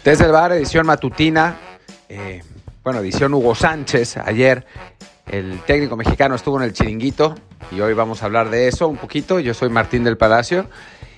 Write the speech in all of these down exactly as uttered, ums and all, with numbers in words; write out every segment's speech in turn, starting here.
Desde el bar, edición matutina, eh, bueno, edición Hugo Sánchez. Ayer el técnico mexicano estuvo en el Chiringuito y hoy vamos a hablar de eso un poquito. Yo soy Martín del Palacio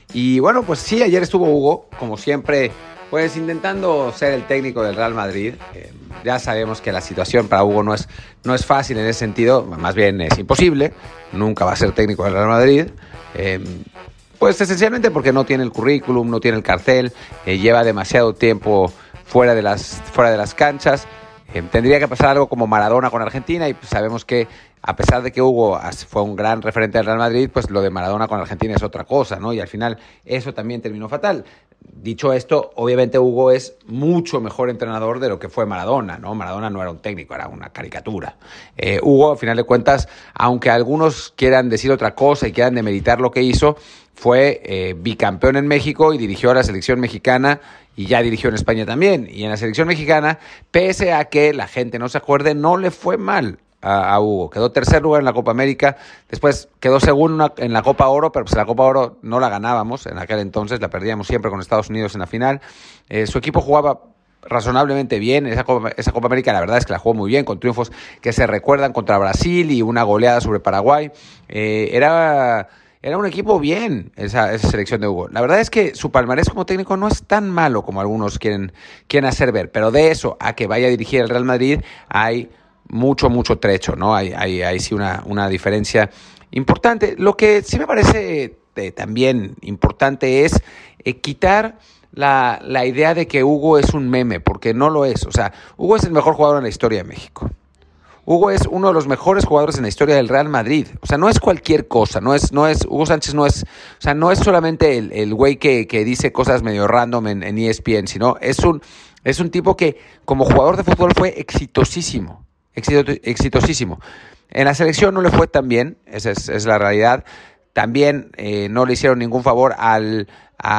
y bueno, pues sí, ayer estuvo Hugo, como siempre, pues intentando ser el técnico del Real Madrid. Eh, ya sabemos que la situación para Hugo no es, no es fácil en ese sentido, más bien es imposible, nunca va a ser técnico del Real Madrid. Eh, Pues esencialmente porque no tiene el currículum, no tiene el cartel, eh, lleva demasiado tiempo fuera de las, fuera de las canchas. Eh, tendría que pasar algo como Maradona con Argentina y pues sabemos que a pesar de que Hugo fue un gran referente del Real Madrid, pues lo de Maradona con Argentina es otra cosa, ¿no? Y al final eso también terminó fatal. Dicho esto, obviamente Hugo es mucho mejor entrenador de lo que fue Maradona, ¿no? Maradona no era un técnico, era una caricatura. Eh, Hugo, al final de cuentas, aunque algunos quieran decir otra cosa y quieran demeritar lo que hizo, fue eh, bicampeón en México y dirigió a la selección mexicana y ya dirigió en España también. Y en la selección mexicana, pese a que la gente no se acuerde, no le fue mal a, a Hugo. Quedó tercer lugar en la Copa América, después quedó segundo en la Copa Oro, pero pues la Copa Oro no la ganábamos en aquel entonces, la perdíamos siempre con Estados Unidos en la final. Eh, su equipo jugaba razonablemente bien. Esa Copa, esa Copa América la verdad es que la jugó muy bien, con triunfos que se recuerdan contra Brasil y una goleada sobre Paraguay. Eh, era... Era un equipo bien, esa, esa selección de Hugo. La verdad es que su palmarés como técnico no es tan malo como algunos quieren, quieren hacer ver, pero de eso a que vaya a dirigir el Real Madrid hay mucho, mucho trecho, ¿no? Hay, hay, hay sí una, una diferencia importante. Lo que sí me parece eh, también importante es eh, quitar la, la idea de que Hugo es un meme, porque no lo es. O sea, Hugo es el mejor jugador en la historia de México. Hugo es uno de los mejores jugadores en la historia del Real Madrid. O sea, no es cualquier cosa. No es, no es, Hugo Sánchez no es, o sea, no es solamente el, el güey que, que dice cosas medio random en, en E S P N, sino es un, es un tipo que como jugador de fútbol fue exitosísimo. Exito, exitosísimo. En la selección no le fue tan bien, esa es, es la realidad. También eh, no le hicieron ningún favor al,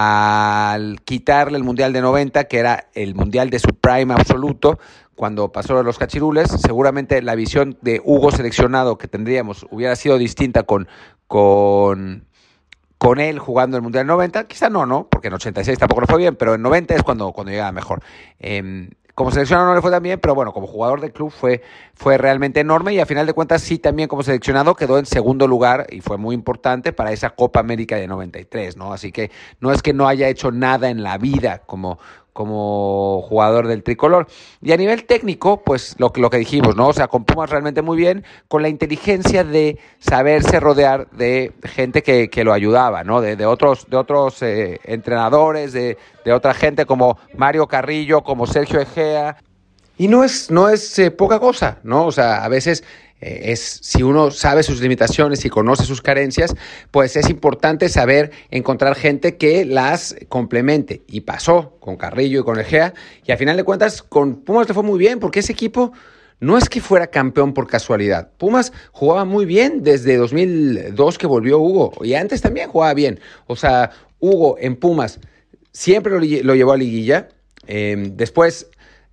al quitarle el Mundial de noventa, que era el Mundial de su prime absoluto, cuando pasó a los cachirules. Seguramente la visión de Hugo seleccionado que tendríamos hubiera sido distinta con, con, con él jugando el Mundial noventa. Quizá no, ¿no? Porque en ochenta y seis tampoco le fue bien, pero en noventa es cuando, cuando llegaba mejor. Eh, como seleccionado no le fue tan bien, pero bueno, como jugador del club fue, fue realmente enorme y a final de cuentas sí también como seleccionado quedó en segundo lugar y fue muy importante para esa Copa América de noventa y tres, ¿no? Así que no es que no haya hecho nada en la vida como... como jugador del tricolor. Y a nivel técnico, pues lo, lo que dijimos, ¿no? O sea, con Pumas realmente muy bien, con la inteligencia de saberse rodear de gente que, que lo ayudaba, ¿no? De, de otros, de otros eh, entrenadores, de, de otra gente como Mario Carrillo, como Sergio Egea. Y no es, no es eh, poca cosa, ¿no? O sea, a veces... Eh, es, si uno sabe sus limitaciones y conoce sus carencias, pues es importante saber encontrar gente que las complemente. Y pasó con Carrillo y con Egea, y al final de cuentas con Pumas le fue muy bien, porque ese equipo no es que fuera campeón por casualidad. Pumas jugaba muy bien desde dos mil dos que volvió Hugo, y antes también jugaba bien. O sea, Hugo en Pumas siempre lo, lo llevó a liguilla, eh, después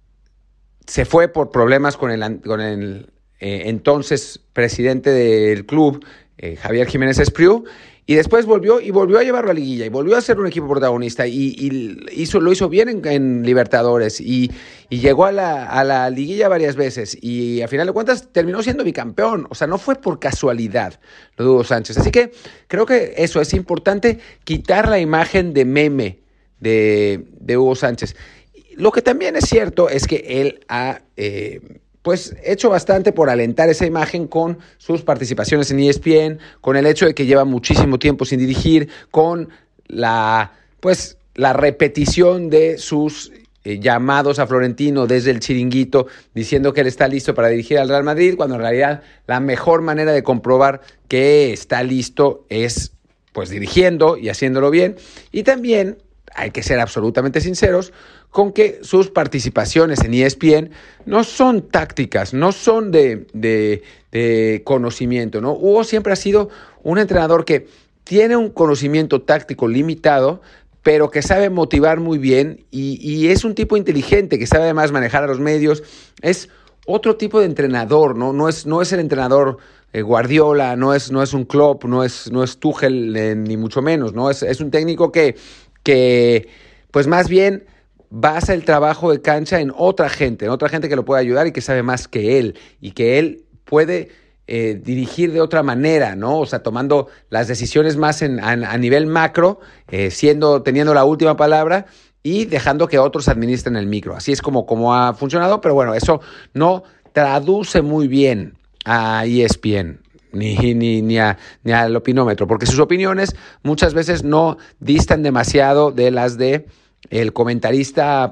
se fue por problemas con el... Con el Eh, entonces presidente del club, eh, Javier Jiménez Espriu, y después volvió y volvió a llevarlo a liguilla y volvió a ser un equipo protagonista y, y hizo, lo hizo bien en, en Libertadores y, y llegó a la, a la liguilla varias veces y a final de cuentas terminó siendo bicampeón. O sea, no fue por casualidad lo de Hugo Sánchez. Así que creo que eso es importante, quitar la imagen de meme de, de Hugo Sánchez. Lo que también es cierto es que él ha... Eh, pues hecho bastante por alentar esa imagen con sus participaciones en E S P N, con el hecho de que lleva muchísimo tiempo sin dirigir, con la, pues, la repetición de sus eh, llamados a Florentino desde el Chiringuito, diciendo que él está listo para dirigir al Real Madrid, cuando en realidad la mejor manera de comprobar que está listo es pues dirigiendo y haciéndolo bien. Y también hay que ser absolutamente sinceros con que sus participaciones en E S P N no son tácticas, no son de, de, de conocimiento, ¿no? Hugo siempre ha sido un entrenador que tiene un conocimiento táctico limitado, pero que sabe motivar muy bien y, y es un tipo inteligente que sabe además manejar a los medios. Es otro tipo de entrenador, ¿no? No es, no es el entrenador eh, Guardiola, no es, no es un Klopp, no es, no es Tuchel, eh, ni mucho menos, ¿no? Es, es un técnico que, que, pues más bien basa el trabajo de cancha en otra gente, en otra gente que lo puede ayudar y que sabe más que él y que él puede eh, dirigir de otra manera, ¿no? O sea, tomando las decisiones más en, a, a nivel macro, eh, siendo, teniendo la última palabra y dejando que otros administren el micro. Así es como, como ha funcionado, pero bueno, eso no traduce muy bien a E S P N. Ni, ni, ni, a, ni al opinómetro, porque sus opiniones muchas veces no distan demasiado de las de el comentarista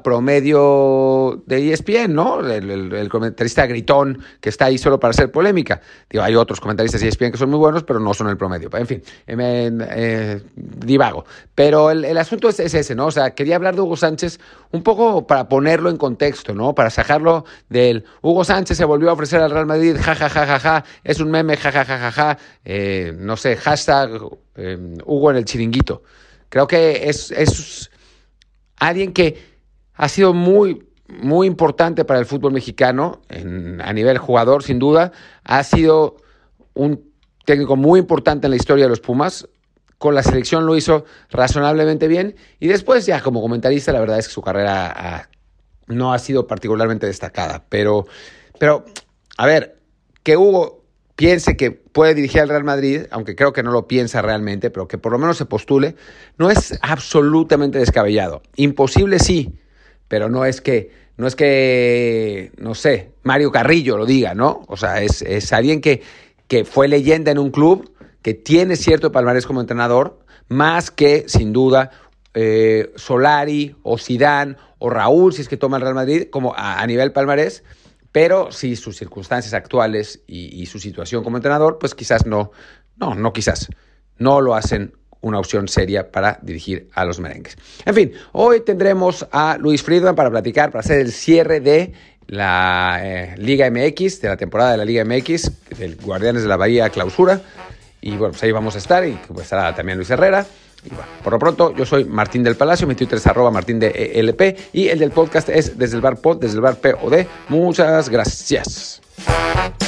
promedio de E S P N, ¿no? El, el, el comentarista gritón que está ahí solo para hacer polémica. Digo, hay otros comentaristas de E S P N que son muy buenos, pero no son el promedio. En fin, eh, eh, divago. Pero el, el asunto es, es ese, ¿no? O sea, quería hablar de Hugo Sánchez un poco para ponerlo en contexto, ¿no? Para sacarlo del Hugo Sánchez se volvió a ofrecer al Real Madrid, ja, ja, ja, ja, ja, es un meme, ja, ja, ja, ja, ja, eh, no sé, hashtag eh, Hugo en el chiringuito. Creo que es... es alguien que ha sido muy, muy importante para el fútbol mexicano en, a nivel jugador, sin duda. Ha sido un técnico muy importante en la historia de los Pumas. Con la selección lo hizo razonablemente bien. Y después ya como comentarista, la verdad es que su carrera ha, no ha sido particularmente destacada. Pero, pero, a ver, que Hugo piense que puede dirigir al Real Madrid, aunque creo que no lo piensa realmente, pero que por lo menos se postule, no es absolutamente descabellado. Imposible sí, pero no es que, no es que, no sé, Mario Carrillo lo diga, ¿no? O sea, es, es alguien que, que fue leyenda en un club, que tiene cierto palmarés como entrenador, más que, sin duda, eh, Solari o Zidane o Raúl, si es que toma el Real Madrid, como a, a nivel palmarés. Pero sí, sus circunstancias actuales y, y su situación como entrenador, pues quizás no, no, no quizás, no lo hacen una opción seria para dirigir a los merengues. En fin, hoy tendremos a Luis Friedman para platicar, para hacer el cierre de la eh, Liga M X, de la temporada de la Liga M X, del Guardianes de la Bahía Clausura. Y bueno, pues ahí vamos a estar y pues estará también Luis Herrera. Y bueno, por lo pronto, yo soy Martín del Palacio, mi Twitter es arroba Martín de E L P y el del podcast es Desde el Bar Pod, Desde el Bar P O D. Muchas gracias.